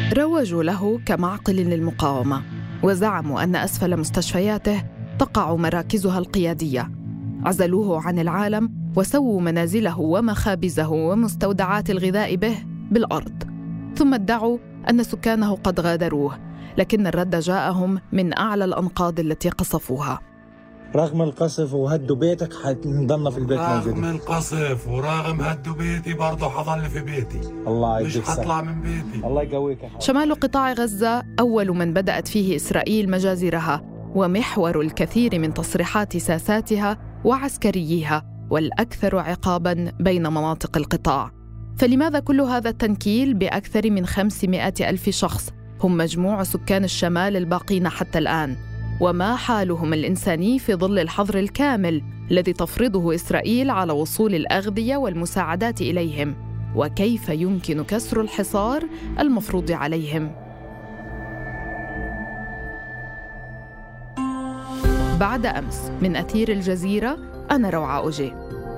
روجوا له كمعقل للمقاومة، وزعموا أن أسفل مستشفياته تقع مراكزها القيادية. عزلوه عن العالم وسووا منازله ومخابزه ومستودعات الغذاء به بالأرض، ثم ادعوا أن سكانه قد غادروه، لكن الرد جاءهم من أعلى الأنقاض التي قصفوها. رغم القصف وهدوا بيتك حنضلنا في البيت موجودين. رغم القصف ورغم هدوا بيتي برضه حضل في بيتي. الله مش حطلع من بيتي. الله يقويك. شمال قطاع غزة أول من بدأت فيه إسرائيل مجازرها، ومحور الكثير من تصريحات ساساتها وعسكريها، والأكثر عقاباً بين مناطق القطاع. فلماذا كل هذا التنكيل بأكثر من 500,000 شخص هم مجموع سكان الشمال الباقين حتى الآن؟ وما حالهم الإنساني في ظل الحظر الكامل الذي تفرضه إسرائيل على وصول الأغذية والمساعدات إليهم؟ وكيف يمكن كسر الحصار المفروض عليهم؟ بعد أمس من أثير الجزيرة، أنا روعة أوجي.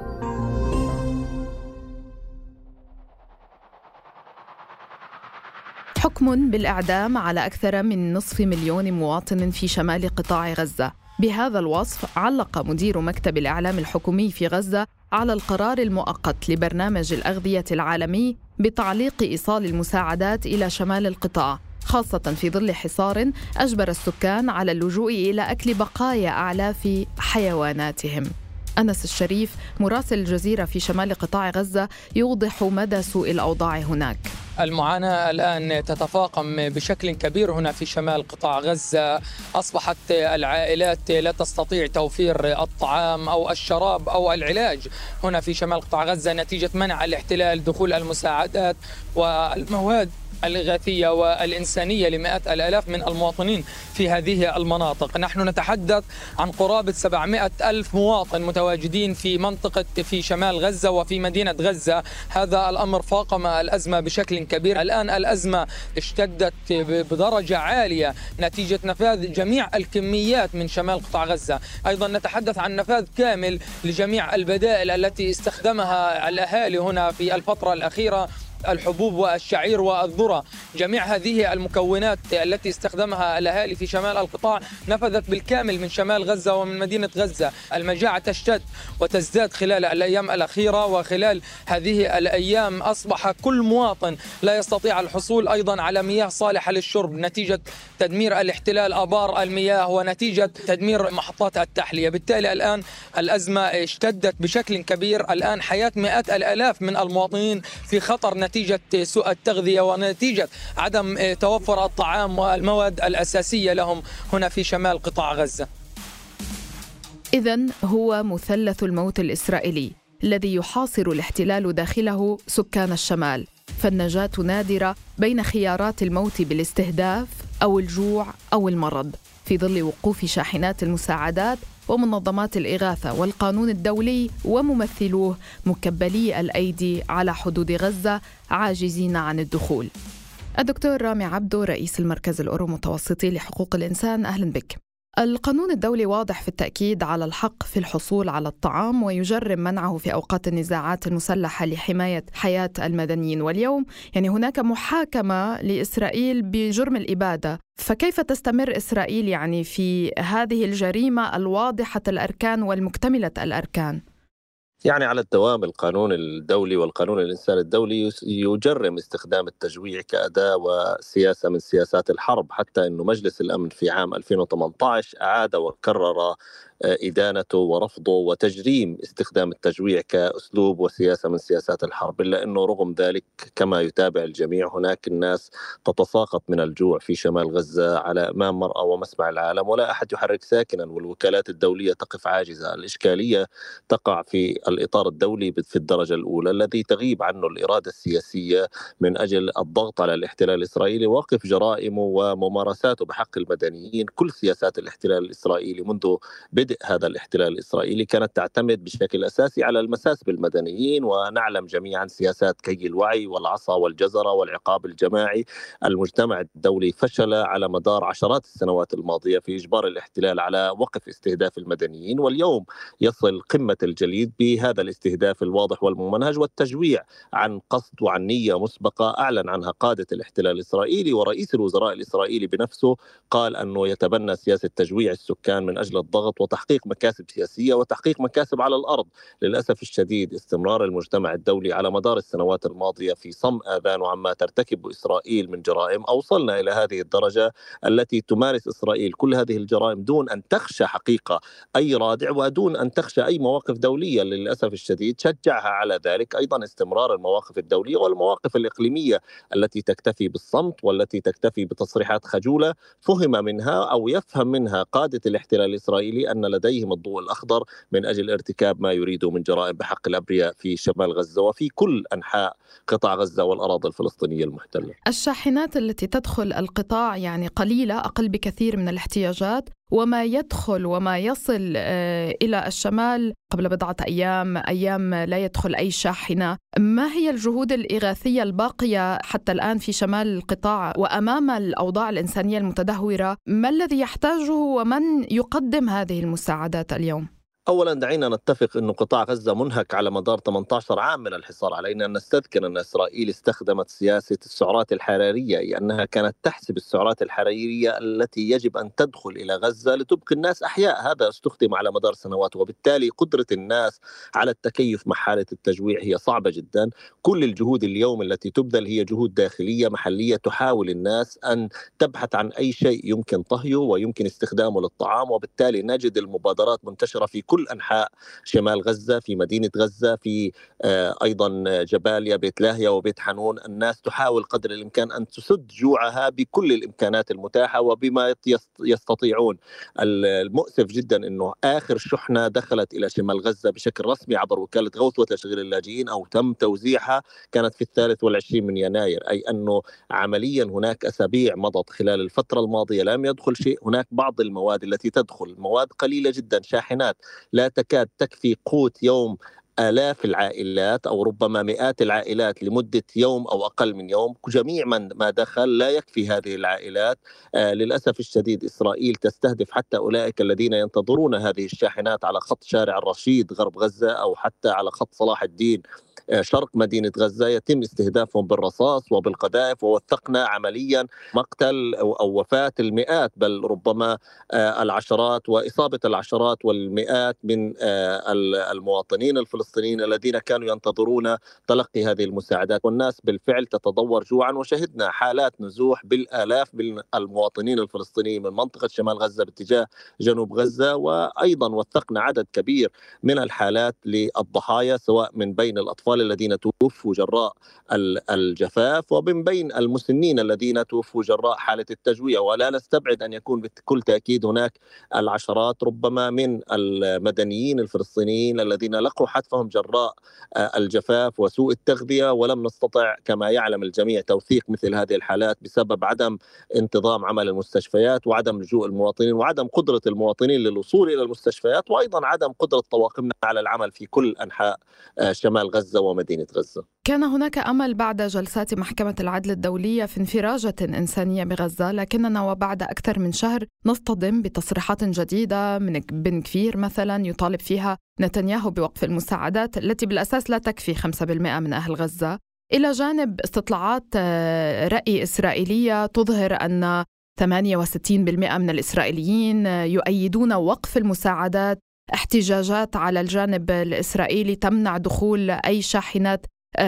حكم بالإعدام على أكثر من 500,000 مواطن في شمال قطاع غزة. بهذا الوصف علق مدير مكتب الإعلام الحكومي في غزة على القرار المؤقت لبرنامج الأغذية العالمي بتعليق إيصال المساعدات إلى شمال القطاع، خاصة في ظل حصار أجبر السكان على اللجوء إلى أكل بقايا أعلاف حيواناتهم. أنس الشريف مراسل الجزيرة في شمال قطاع غزة يوضح مدى سوء الأوضاع هناك. المعاناة الآن تتفاقم بشكل كبير هنا في شمال قطاع غزة. أصبحت العائلات لا تستطيع توفير الطعام أو الشراب أو العلاج هنا في شمال قطاع غزة نتيجة منع الاحتلال دخول المساعدات والمواد الإغاثية والإنسانية لمئات الآلاف من المواطنين في هذه المناطق. نحن نتحدث عن قرابة 700,000 مواطن متواجدين في منطقة في شمال غزة وفي مدينة غزة. هذا الأمر فاقم الأزمة بشكل كبير. الآن الأزمة اشتدت بدرجة عالية نتيجة نفاذ جميع الكميات من شمال قطاع غزة. أيضا نتحدث عن نفاذ كامل لجميع البدائل التي استخدمها الأهالي هنا في الفترة الأخيرة، الحبوب والشعير والذرة. جميع هذه المكونات التي استخدمها الأهالي في شمال القطاع نفذت بالكامل من شمال غزة ومن مدينة غزة. المجاعة تشتد وتزداد خلال الأيام الأخيرة، وخلال هذه الأيام أصبح كل مواطن لا يستطيع الحصول أيضا على مياه صالحة للشرب نتيجة تدمير الاحتلال آبار المياه ونتيجة تدمير محطات التحلية. بالتالي الآن الأزمة اشتدت بشكل كبير. الآن حياة مئات الآلاف من المواطنين في خطر نتيجة سوء التغذية ونتيجة عدم توفر الطعام والمواد الأساسية لهم هنا في شمال قطاع غزة. إذن هو مثلث الموت الإسرائيلي الذي يحاصر الاحتلال داخله سكان الشمال، فالنجاة نادرة بين خيارات الموت بالاستهداف أو الجوع أو المرض، في ظل وقوف شاحنات المساعدات ومنظمات الإغاثة والقانون الدولي وممثلوه مكبلي الأيدي على حدود غزة عاجزين عن الدخول. الدكتور رامي عبدو رئيس المركز الأورو-متوسطي لحقوق الإنسان، أهلا بك. القانون الدولي واضح في التأكيد على الحق في الحصول على الطعام ويجرم منعه في أوقات النزاعات المسلحة لحماية حياة المدنيين، واليوم هناك محاكمة لإسرائيل بجرم الإبادة. فكيف تستمر إسرائيل في هذه الجريمة الواضحة الأركان والمكتملة الأركان؟ على الدوام القانون الدولي والقانون الإنساني الدولي يجرم استخدام التجويع كأداة وسياسة من سياسات الحرب، حتى أنه مجلس الأمن في عام 2018 أعاد وكرر إدانته ورفضه وتجريم استخدام التجويع كأسلوب وسياسة من سياسات الحرب. إلا أنه رغم ذلك كما يتابع الجميع هناك الناس تتساقط من الجوع في شمال غزة على أمام مرأى ومسمع العالم، ولا أحد يحرك ساكنا، والوكالات الدولية تقف عاجزة. الإشكالية تقع في الإطار الدولي في الدرجة الأولى الذي تغيب عنه الإرادة السياسية من أجل الضغط على الاحتلال الإسرائيلي ووقف جرائمه وممارساته بحق المدنيين. كل سياسات الاحتلال الإسرائيلي منذ بدء بدء هذا الاحتلال الإسرائيلي كانت تعتمد بشكل أساسي على المساس بالمدنيين، ونعلم جميعا سياسات كي الوعي والعصا والجزرة والعقاب الجماعي. المجتمع الدولي فشل على مدار عشرات السنوات الماضية في إجبار الاحتلال على وقف استهداف المدنيين، واليوم يصل قمة الجليد بهذا الاستهداف الواضح والممنهج والتجويع عن قصد وعن نية مسبقة أعلن عنها قادة الاحتلال الإسرائيلي، ورئيس الوزراء الإسرائيلي بنفسه قال أنه يتبنى سياسة تجويع السكان من أجل الضغط وتحقيق مكاسب سياسية وتحقيق مكاسب على الأرض. للأسف الشديد استمرار المجتمع الدولي على مدار السنوات الماضية في صم آذانه عما ترتكب إسرائيل من جرائم. أوصلنا إلى هذه الدرجة التي تمارس إسرائيل كل هذه الجرائم دون أن تخشى حقيقة أي رادع ودون أن تخشى أي مواقف دولية. للأسف الشديد شجعها على ذلك أيضا استمرار المواقف الدولية والمواقف الإقليمية التي تكتفي بالصمت والتي تكتفي بتصريحات خجولة فهم منها أو يفهم منها قادة الاحتلال الإسرائيلي أن لديهم الضوء الأخضر من أجل ارتكاب ما يريدوا من جرائم بحق الأبرياء في شمال غزة وفي كل أنحاء قطاع غزة والأراضي الفلسطينية المحتلة. الشاحنات التي تدخل القطاع يعني قليلة، أقل بكثير من الاحتياجات، وما يدخل وما يصل إلى الشمال قبل بضعة أيام لا يدخل أي شاحنة. ما هي الجهود الإغاثية الباقية حتى الآن في شمال القطاع؟ وأمام الأوضاع الإنسانية المتدهورة ما الذي يحتاجه ومن يقدم هذه المساعدات اليوم؟ أولا دعينا نتفق أن قطاع غزة منهك على مدار 18 عام من الحصار. علينا أن نستذكر أن إسرائيل استخدمت سياسة السعرات الحرارية، لأنها كانت تحسب السعرات الحرارية التي يجب أن تدخل إلى غزة لتبقي الناس أحياء. هذا استخدم على مدار سنوات، وبالتالي قدرة الناس على التكيف مع حالة التجويع هي صعبة جدا. كل الجهود اليوم التي تبذل هي جهود داخلية محلية تحاول الناس أن تبحث عن أي شيء يمكن طهيه ويمكن استخدامه للطعام، وبالتالي نجد المبادرات منتشرة في كل أنحاء شمال غزة، في مدينة غزة، في أيضا جباليا، بيت لاهيا وبيت حنون. الناس تحاول قدر الإمكان أن تسد جوعها بكل الإمكانات المتاحة وبما يستطيعون. المؤسف جدا أنه آخر شحنة دخلت إلى شمال غزة بشكل رسمي عبر وكالة غوث وتشغيل اللاجئين أو تم توزيعها كانت في 23 من يناير، أي أنه عمليا هناك أسابيع مضت خلال الفترة الماضية لم يدخل شيء. هناك بعض المواد التي تدخل، مواد قليلة جدا، شاحنات لا تكاد تكفي قوت يوم آلاف العائلات أو ربما مئات العائلات لمدة يوم أو أقل من يوم. جميع ما دخل لا يكفي هذه العائلات. للأسف الشديد إسرائيل تستهدف حتى أولئك الذين ينتظرون هذه الشاحنات على خط شارع الرشيد غرب غزة أو حتى على خط صلاح الدين شرق مدينة غزة. يتم استهدافهم بالرصاص وبالقذائف، ووثقنا عمليا مقتل أو وفاة المئات بل ربما العشرات وإصابة العشرات والمئات من المواطنين الفلسطينيين الذين كانوا ينتظرون تلقي هذه المساعدات. والناس بالفعل تتضور جوعا، وشهدنا حالات نزوح بالآلاف من المواطنين الفلسطينيين من منطقة شمال غزة باتجاه جنوب غزة. وأيضا وثقنا عدد كبير من الحالات للضحايا سواء من بين الأطفال الذين توفوا جراء الجفاف ومن بين المسنين الذين توفوا جراء حالة التجويع. ولا نستبعد أن يكون بكل تأكيد هناك العشرات ربما من المدنيين الفلسطينيين الذين لقوا حتفهم جراء الجفاف وسوء التغذية، ولم نستطع كما يعلم الجميع توثيق مثل هذه الحالات بسبب عدم انتظام عمل المستشفيات وعدم لجوء المواطنين وعدم قدرة المواطنين للوصول إلى المستشفيات، وأيضا عدم قدرة طواقمنا على العمل في كل أنحاء شمال غزة ومدينة غزة. كان هناك أمل بعد جلسات محكمة العدل الدولية في انفراجة إنسانية بغزة، لكننا وبعد أكثر من شهر نصطدم بتصريحات جديدة من بن كفير مثلا يطالب فيها نتنياهو بوقف المساعدات التي بالأساس لا تكفي 5% من أهل غزة، إلى جانب استطلاعات رأي إسرائيلية تظهر أن 68% من الإسرائيليين يؤيدون وقف المساعدات، احتجاجات على الجانب الإسرائيلي تمنع دخول أي شاحنات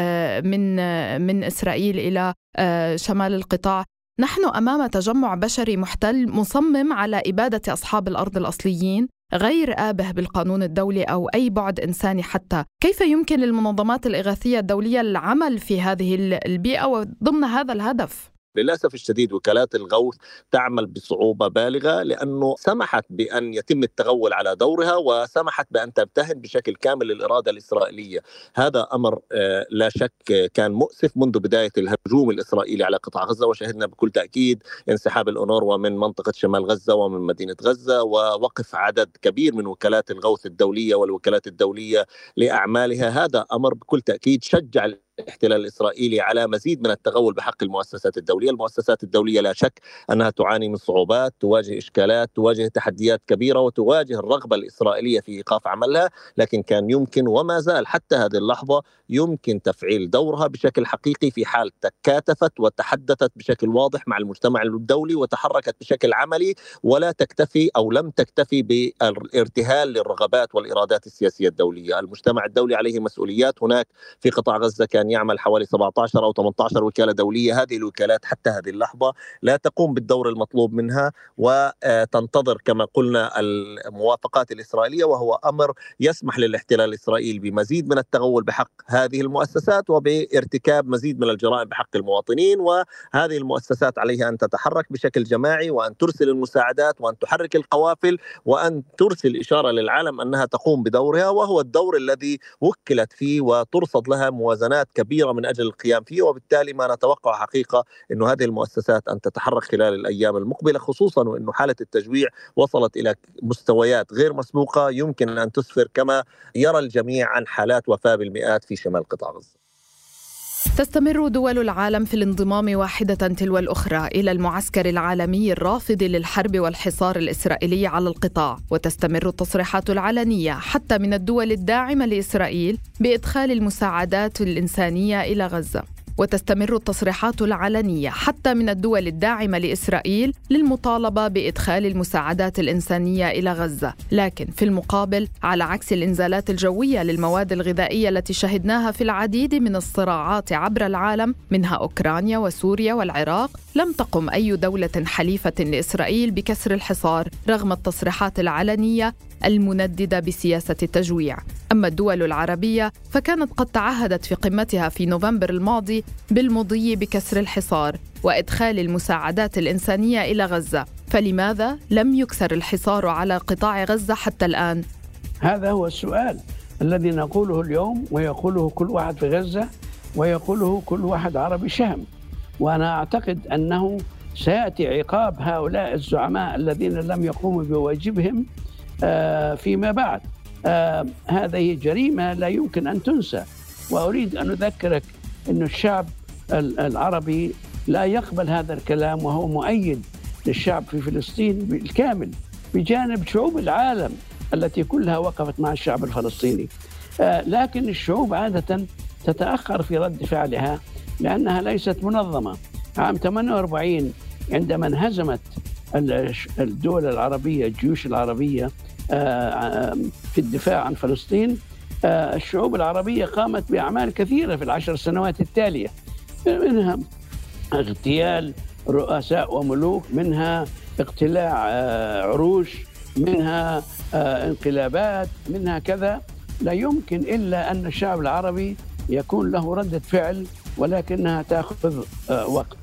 من إسرائيل إلى شمال القطاع. نحن أمام تجمع بشري محتل مصمم على إبادة أصحاب الأرض الأصليين غير آبه بالقانون الدولي أو أي بعد إنساني حتى. كيف يمكن للمنظمات الإغاثية الدولية العمل في هذه البيئة وضمن هذا الهدف؟ للأسف الشديد وكالات الغوث تعمل بصعوبة بالغة، لأنه سمحت بأن يتم التغول على دورها وسمحت بأن تمتهن بشكل كامل الإرادة الإسرائيلية. هذا أمر لا شك كان مؤسف منذ بداية الهجوم الإسرائيلي على قطاع غزة، وشهدنا بكل تأكيد انسحاب الأونروا من منطقة شمال غزة ومن مدينة غزة، ووقف عدد كبير من وكالات الغوث الدولية والوكالات الدولية لأعمالها. هذا أمر بكل تأكيد شجع الاحتلال الإسرائيلي على مزيد من التغول بحق المؤسسات الدولية. المؤسسات الدولية لا شك أنها تعاني من صعوبات، تواجه إشكالات، تواجه تحديات كبيرة، وتواجه الرغبة الإسرائيلية في إيقاف عملها، لكن كان يمكن وما زال حتى هذه اللحظة يمكن تفعيل دورها بشكل حقيقي في حال تكاتفت وتحدثت بشكل واضح مع المجتمع الدولي وتحركت بشكل عملي، ولا تكتفي أو لم تكتفي بالارتهال للرغبات والإرادات السياسية الدولية. المجتمع الدولي عليه مسؤوليات. هناك في قطاع غزة كان يعمل حوالي 17 أو 18 وكالة دولية. هذه الوكالات حتى هذه اللحظة لا تقوم بالدور المطلوب منها، وتنتظر كما قلنا الموافقات الإسرائيلية، وهو أمر يسمح للاحتلال الإسرائيلي بمزيد من التغول بحق هذه المؤسسات وبارتكاب مزيد من الجرائم بحق المواطنين. وهذه المؤسسات عليها أن تتحرك بشكل جماعي، وأن ترسل المساعدات، وأن تحرك القوافل، وأن ترسل إشارة للعالم أنها تقوم بدورها، وهو الدور الذي وكلت فيه وترصد لها موازنات كبيرة من أجل القيام فيه. وبالتالي ما نتوقع حقيقة أن هذه المؤسسات أن تتحرك خلال الأيام المقبلة، خصوصا وأن حالة التجويع وصلت إلى مستويات غير مسبوقة يمكن أن تسفر كما يرى الجميع عن حالات وفاة بالمئات في شمال قطاع غزة. تستمر دول العالم في الانضمام واحدة تلو الأخرى إلى المعسكر العالمي الرافض للحرب والحصار الإسرائيلي على القطاع، وتستمر التصريحات العلنية حتى من الدول الداعمة لإسرائيل بإدخال المساعدات الإنسانية إلى غزة. وتستمر التصريحات العلنية حتى من الدول الداعمة لإسرائيل للمطالبة بإدخال المساعدات الإنسانية إلى غزة. لكن في المقابل، على عكس الإنزالات الجوية للمواد الغذائية التي شهدناها في العديد من الصراعات عبر العالم منها أوكرانيا وسوريا والعراق، لم تقم أي دولة حليفة لإسرائيل بكسر الحصار رغم التصريحات العلنية المنددة بسياسة التجويع. أما الدول العربية فكانت قد تعهدت في قمتها في نوفمبر الماضي بالمضي بكسر الحصار وإدخال المساعدات الإنسانية إلى غزة، فلماذا لم يكسر الحصار على قطاع غزة حتى الآن؟ هذا هو السؤال الذي نقوله اليوم، ويقوله كل واحد في غزة، ويقوله كل واحد عربي شهم. وأنا أعتقد أنه سيأتي عقاب هؤلاء الزعماء الذين لم يقوموا بواجبهم فيما بعد. هذه جريمة لا يمكن أن تنسى. وأريد أن أذكرك أن الشعب العربي لا يقبل هذا الكلام، وهو مؤيد للشعب في فلسطين بالكامل بجانب شعوب العالم التي كلها وقفت مع الشعب الفلسطيني. لكن الشعوب عادة تتأخر في رد فعلها لأنها ليست منظمة. عام 48 عندما انهزمت الدول العربية، الجيوش العربية في الدفاع عن فلسطين، الشعوب العربية قامت بأعمال كثيرة في العشر سنوات التالية، منها اغتيال رؤساء وملوك، منها اقتلاع عروش، منها انقلابات، منها كذا. لا يمكن إلا أن الشعب العربي يكون له ردة فعل، ولكنها تأخذ وقت.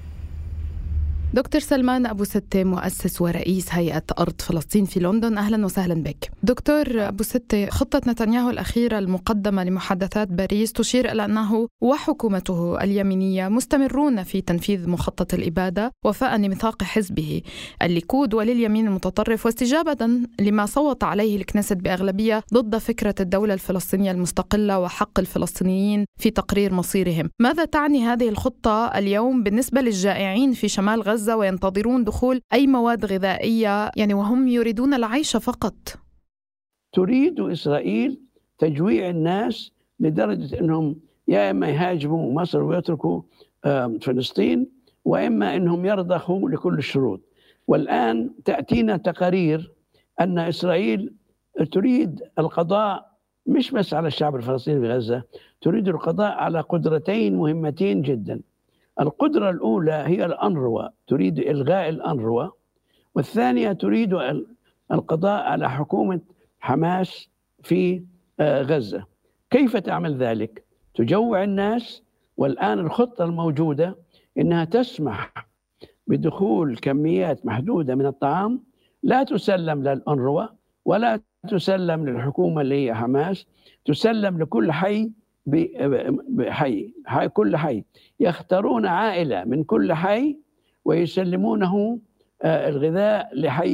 دكتور سلمان أبو ستة، مؤسس ورئيس هيئة أرض فلسطين في لندن، أهلا وسهلا بك. دكتور أبو ستة، خطة نتنياهو الأخيرة المقدمة لمحادثات باريس تشير إلى أنه وحكومته اليمينية مستمرون في تنفيذ مخطط الإبادة وفاء لميثاق حزبه الليكود ولليمين المتطرف، واستجابة لما صوت عليه الكنيست بأغلبية ضد فكرة الدولة الفلسطينية المستقلة وحق الفلسطينيين في تقرير مصيرهم. ماذا تعني هذه الخطة اليوم بالنسبة للجائعين في شمال غزة وينتظرون دخول أي مواد غذائية، وهم يريدون العيش فقط؟ تريد إسرائيل تجويع الناس لدرجة أنهم يا إما يهاجموا مصر ويتركوا فلسطين، وإما أنهم يرضخوا لكل الشروط. والآن تأتينا تقارير أن إسرائيل تريد القضاء مش بس على الشعب الفلسطيني في غزة، تريد القضاء على قدرتين مهمتين جدا. القدرة الأولى هي الأنروا، تريد إلغاء الأنروا، والثانية تريد القضاء على حكومة حماس في غزة. كيف تعمل ذلك؟ تجوع الناس، والآن الخطة الموجودة إنها تسمح بدخول كميات محدودة من الطعام لا تسلم للأونروا ولا تسلم للحكومة اللي هي حماس، تسلم لكل حي كل حي يختارون عائلة من كل حي ويسلمونه الغذاء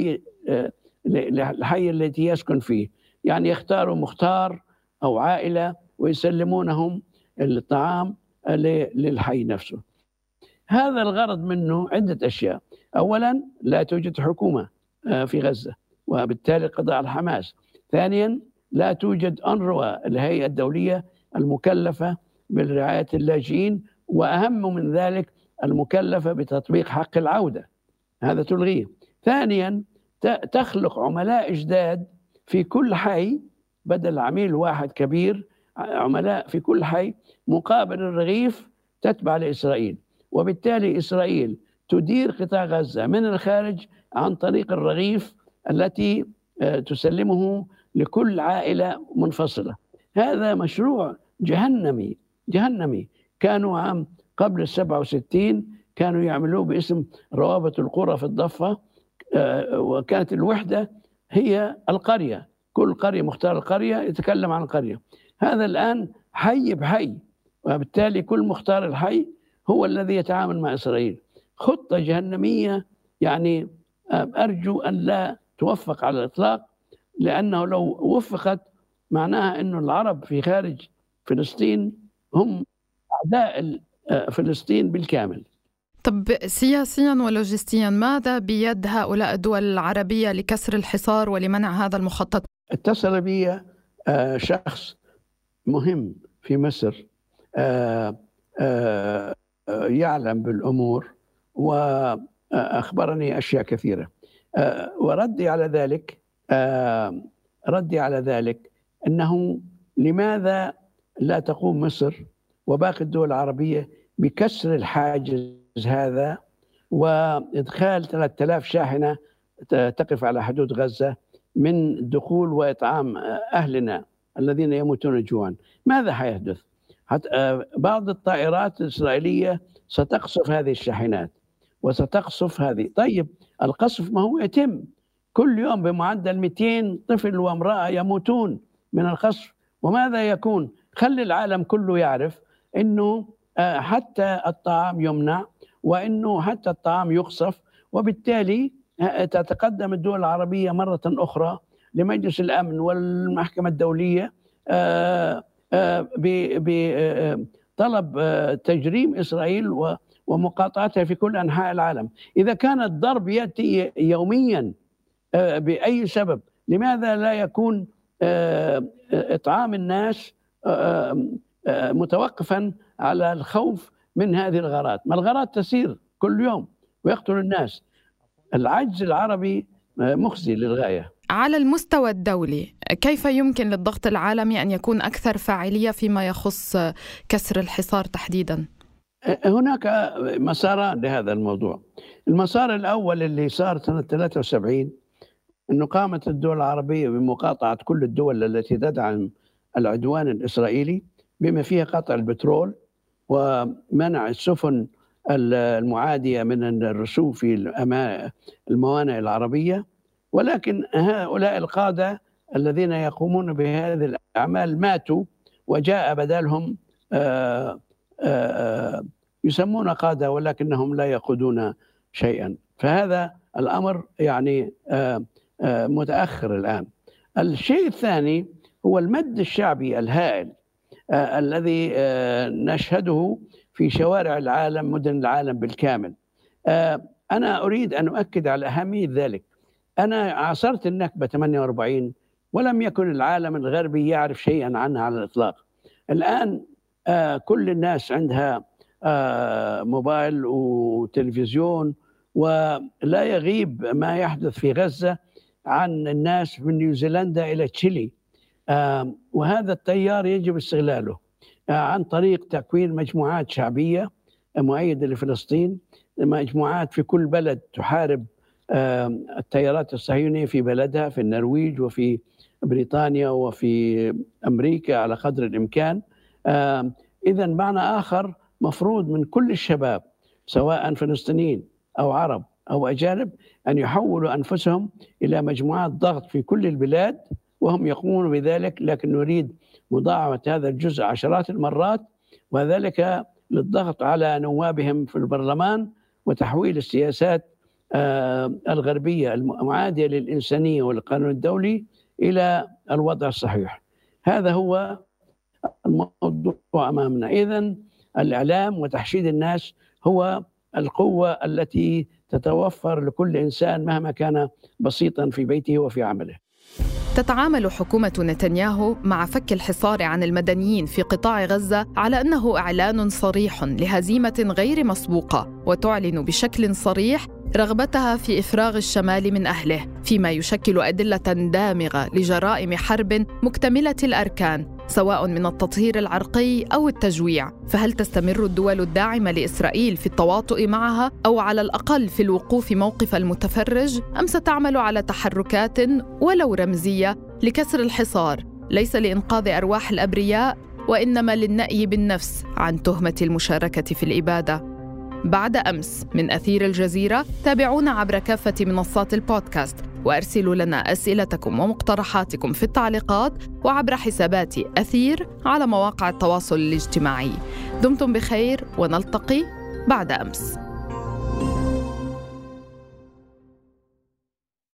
لحي التي يسكن فيه. يعني يختاروا مختار أو عائلة ويسلمونهم الطعام للحي نفسه. هذا الغرض منه عدة أشياء. أولا، لا توجد حكومة في غزة وبالتالي قضاء على حماس. ثانيا، لا توجد أونروا الهيئة الدولية المكلفة برعاية اللاجئين، وأهم من ذلك المكلفة بتطبيق حق العودة، هذا تلغيه. ثانيا، تخلق عملاء جداد في كل حي، بدل عميل واحد كبير، عملاء في كل حي مقابل الرغيف تتبع لإسرائيل، وبالتالي إسرائيل تدير قطاع غزة من الخارج عن طريق الرغيف التي تسلمه لكل عائلة منفصلة. هذا مشروع جهنمي. كانوا قبل 67 كانوا يعملوه باسم روابط القرى في الضفة، وكانت الوحدة هي القرية، كل قرية مختار القرية يتكلم عن القرية. هذا الآن حي بحي، وبالتالي كل مختار الحي هو الذي يتعامل مع إسرائيل. خطة جهنمية، يعني أرجو أن لا توفق على الإطلاق، لأنه لو وفقت معناها أن العرب في خارج فلسطين هم أعداء فلسطين بالكامل. طب سياسيا ولوجستيا ماذا بيد هؤلاء الدول العربية لكسر الحصار ولمنع هذا المخطط؟ اتصل بي شخص مهم في مصر يعلم بالأمور وأخبرني أشياء كثيرة، وردي على ذلك أنه لماذا لا تقوم مصر وباقي الدول العربية بكسر الحاجز هذا وإدخال 3000 شاحنة تقف على حدود غزة من دخول وإطعام أهلنا الذين يموتون جوعا؟ ماذا حيحدث؟ بعض الطائرات الإسرائيلية ستقصف هذه الشاحنات وستقصف هذه. طيب، القصف ما هو يتم كل يوم بمعدل 200 طفل وامرأة يموتون من القصف، وماذا يكون؟ خلي العالم كله يعرف أنه حتى الطعام يمنع وأنه حتى الطعام يقصف، وبالتالي تتقدم الدول العربية مرة أخرى لمجلس الأمن والمحكمة الدولية بطلب تجريم إسرائيل ومقاطعتها في كل أنحاء العالم. إذا كان الضرب يأتي يوميا بأي سبب، لماذا لا يكون إطعام الناس متوقفا على الخوف من هذه الغارات؟ ما الغارات تسير كل يوم ويقتل الناس. العجز العربي مخزي للغاية. على المستوى الدولي كيف يمكن للضغط العالمي أن يكون أكثر فاعلية فيما يخص كسر الحصار تحديدا؟ هناك مساران لهذا الموضوع. المسار الأول اللي صار سنة 73 أنه قامت الدول العربية بمقاطعة كل الدول التي تدعم العدوان الإسرائيلي بما فيها قطع البترول ومنع السفن المعادية من الرسوب في الموانئ العربية. ولكن هؤلاء القادة الذين يقومون بهذه الأعمال ماتوا وجاء بدلهم يسمون قادة ولكنهم لا يقودون شيئا. فهذا الأمر يعني متأخر الآن. الشيء الثاني هو المد الشعبي الهائل الذي نشهده في شوارع العالم، مدن العالم بالكامل. أنا أريد أن أؤكد على أهمية ذلك. أنا عاصرت النكبة 48 ولم يكن العالم الغربي يعرف شيئا عنها على الإطلاق. الآن كل الناس عندها موبايل وتلفزيون، ولا يغيب ما يحدث في غزة عن الناس من نيوزيلندا إلى تشيلي. وهذا التيار يجب استغلاله عن طريق تكوين مجموعات شعبية مؤيدة لفلسطين، مجموعات في كل بلد تحارب التيارات الصهيونية في بلدها، في النرويج وفي بريطانيا وفي أمريكا على قدر الإمكان. إذن معنى آخر، مفروض من كل الشباب سواء فلسطينيين أو عرب أو أجانب أن يحولوا أنفسهم إلى مجموعات ضغط في كل البلاد، وهم يقومون بذلك، لكن نريد مضاعفة هذا الجزء عشرات المرات، وذلك للضغط على نوابهم في البرلمان وتحويل السياسات الغربية المعادية للإنسانية والقانون الدولي إلى الوضع الصحيح. هذا هو الموضوع أمامنا. إذن الإعلام وتحشيد الناس هو القوة التي تتوفر لكل إنسان مهما كان بسيطا في بيته وفي عمله. تتعامل حكومة نتنياهو مع فك الحصار عن المدنيين في قطاع غزة على أنه إعلان صريح لهزيمة غير مسبوقة، وتعلن بشكل صريح رغبتها في إفراغ الشمال من أهله، فيما يشكل أدلة دامغة لجرائم حرب مكتملة الأركان، سواء من التطهير العرقي أو التجويع. فهل تستمر الدول الداعمة لإسرائيل في التواطؤ معها، أو على الأقل في الوقوف موقف المتفرج، أم ستعمل على تحركات ولو رمزية لكسر الحصار، ليس لإنقاذ أرواح الأبرياء وإنما للنأي بالنفس عن تهمة المشاركة في الإبادة؟ بعد أمس من أثير الجزيرة، تابعونا عبر كافة منصات البودكاست، وأرسلوا لنا أسئلتكم ومقترحاتكم في التعليقات وعبر حسابات أثير على مواقع التواصل الاجتماعي. دمتم بخير ونلتقي بعد أمس.